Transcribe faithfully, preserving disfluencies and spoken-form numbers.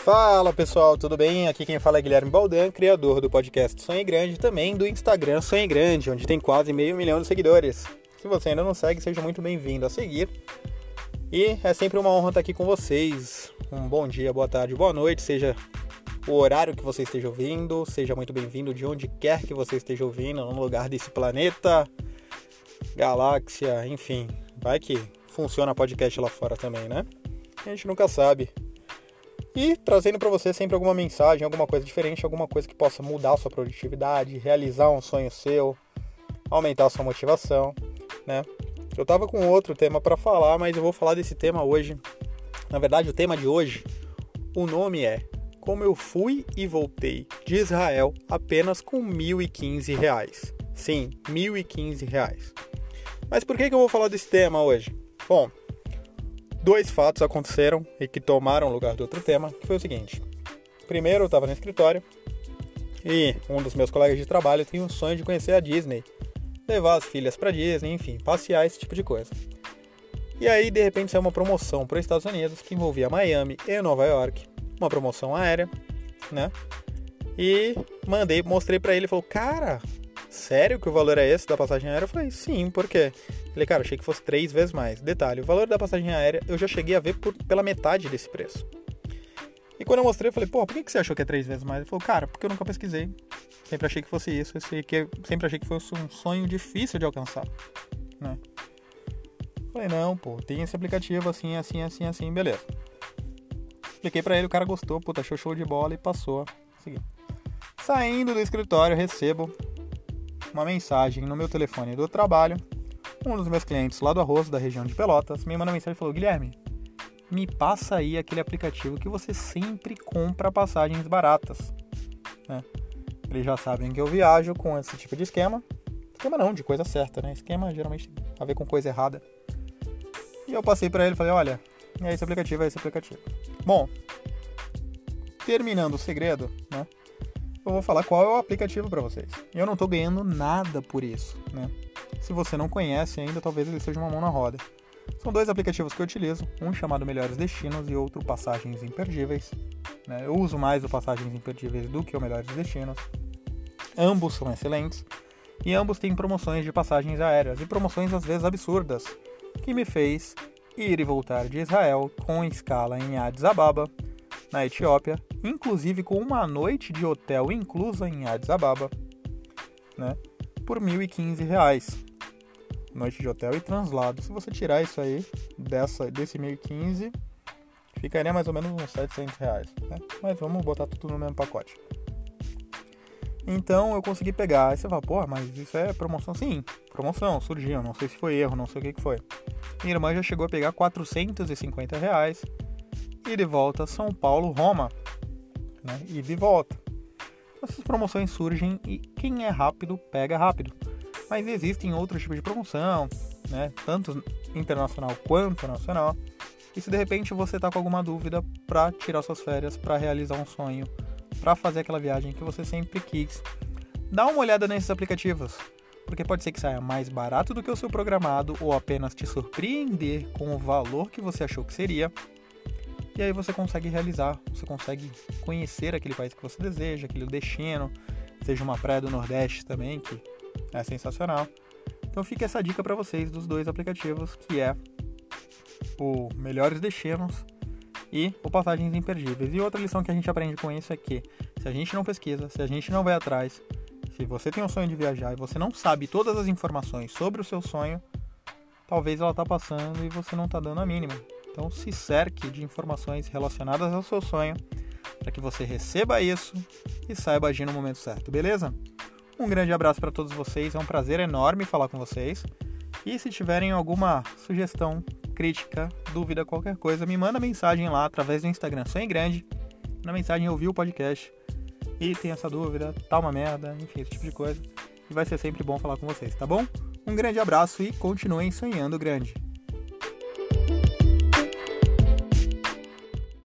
Fala pessoal, tudo bem? Aqui quem fala é Guilherme Baldan, criador do podcast Sonhe Grande e também do Instagram Sonhe Grande, onde tem quase meio milhão de seguidores. Se você ainda não segue, seja muito bem-vindo a seguir. E é sempre uma honra estar aqui com vocês. Um bom dia, boa tarde, boa noite, seja o horário que você esteja ouvindo, seja muito bem-vindo de onde quer que você esteja ouvindo, no lugar desse planeta, galáxia, enfim, vai que funciona podcast lá fora também, né? A gente nunca sabe. E trazendo para você sempre alguma mensagem, alguma coisa diferente, alguma coisa que possa mudar a sua produtividade, realizar um sonho seu, aumentar a sua motivação, né? Eu tava com outro tema para falar, mas eu vou falar desse tema hoje. Na verdade, o tema de hoje, o nome é Como eu fui e voltei de Israel apenas com mil e quinze reais. Sim, mil e quinze reais. Mas por que que eu vou falar desse tema hoje? Bom, dois fatos aconteceram e que tomaram lugar do outro tema, que foi o seguinte. Primeiro, eu estava no escritório e um dos meus colegas de trabalho tinha o sonho de conhecer a Disney, levar as filhas para Disney, enfim, passear, esse tipo de coisa. E aí, de repente, saiu uma promoção para os Estados Unidos que envolvia Miami e Nova York, uma promoção aérea, né? E mandei, mostrei para ele, ele falou, cara, sério que o valor é esse da passagem aérea? Eu falei, sim, por quê? Ele, cara, achei que fosse três vezes mais. Detalhe, o valor da passagem aérea eu já cheguei a ver por, pela metade desse preço. E quando eu mostrei, eu falei, pô, por que você achou que é três vezes mais? Ele falou, cara, porque eu nunca pesquisei. Sempre achei que fosse isso. Eu sempre achei que fosse um sonho difícil de alcançar, né? Eu falei, não, pô, tem esse aplicativo assim, assim, assim, assim, beleza. Expliquei pra ele, o cara gostou, puta, achou show de bola e passou. Segui. Saindo do escritório, recebo uma mensagem no meu telefone do trabalho. Um dos meus clientes lá do Arroz, da região de Pelotas, me mandou uma mensagem e falou, Guilherme, me passa aí aquele aplicativo que você sempre compra passagens baratas, né? Eles já sabem que eu viajo com esse tipo de esquema. Esquema não, de coisa certa, né? Esquema geralmente tem a ver com coisa errada. E eu passei pra ele e falei, olha, é esse aplicativo, é esse aplicativo. Bom, terminando o segredo, né? Eu vou falar qual é o aplicativo para vocês. Eu não estou ganhando nada por isso, né? Se você não conhece ainda, talvez ele seja uma mão na roda. São dois aplicativos que eu utilizo, um chamado Melhores Destinos e outro Passagens Imperdíveis, né? Eu uso mais o Passagens Imperdíveis do que o Melhores Destinos. Ambos são excelentes e ambos têm promoções de passagens aéreas e promoções às vezes absurdas, que me fez ir e voltar de Israel com escala em Addis Ababa, na Etiópia, inclusive com uma noite de hotel inclusa em Addis Ababa, né, por mil e quinze reais. Noite de hotel e translado. Se você tirar isso aí, dessa, desse mil e quinze, ficaria mais ou menos uns setecentos reais, né? Mas vamos botar tudo no mesmo pacote. Então eu consegui pegar. Aí você fala, pô, mas isso é promoção? Sim, promoção, surgiu. Não sei se foi erro, não sei o que que foi. Minha irmã já chegou a pegar quatrocentos e cinquenta reais. E de volta São Paulo, Roma, né? E de volta. Essas promoções surgem e quem é rápido, pega rápido. Mas existem outros tipos de promoção, né? Tanto internacional quanto nacional. E se de repente você está com alguma dúvida para tirar suas férias, para realizar um sonho, para fazer aquela viagem que você sempre quis, dá uma olhada nesses aplicativos. Porque pode ser que saia mais barato do que o seu programado ou apenas te surpreender com o valor que você achou que seria. E aí você consegue realizar, você consegue conhecer aquele país que você deseja, aquele destino, seja uma praia do Nordeste também, que é sensacional. Então fica essa dica para vocês dos dois aplicativos, que é o Melhores Destinos e o Passagens Imperdíveis. E outra lição que a gente aprende com isso é que se a gente não pesquisa, se a gente não vai atrás, se você tem um sonho de viajar e você não sabe todas as informações sobre o seu sonho, talvez ela tá passando e você não tá dando a mínima. Então se cerque de informações relacionadas ao seu sonho para que você receba isso e saiba agir no momento certo, beleza? Um grande abraço para todos vocês, é um prazer enorme falar com vocês. E se tiverem alguma sugestão, crítica, dúvida, qualquer coisa, me manda mensagem lá através do Instagram Sonhe Grande. Na mensagem eu vi o podcast e tem essa dúvida, tá uma merda, enfim, esse tipo de coisa. E vai ser sempre bom falar com vocês, tá bom? Um grande abraço e continuem sonhando grande.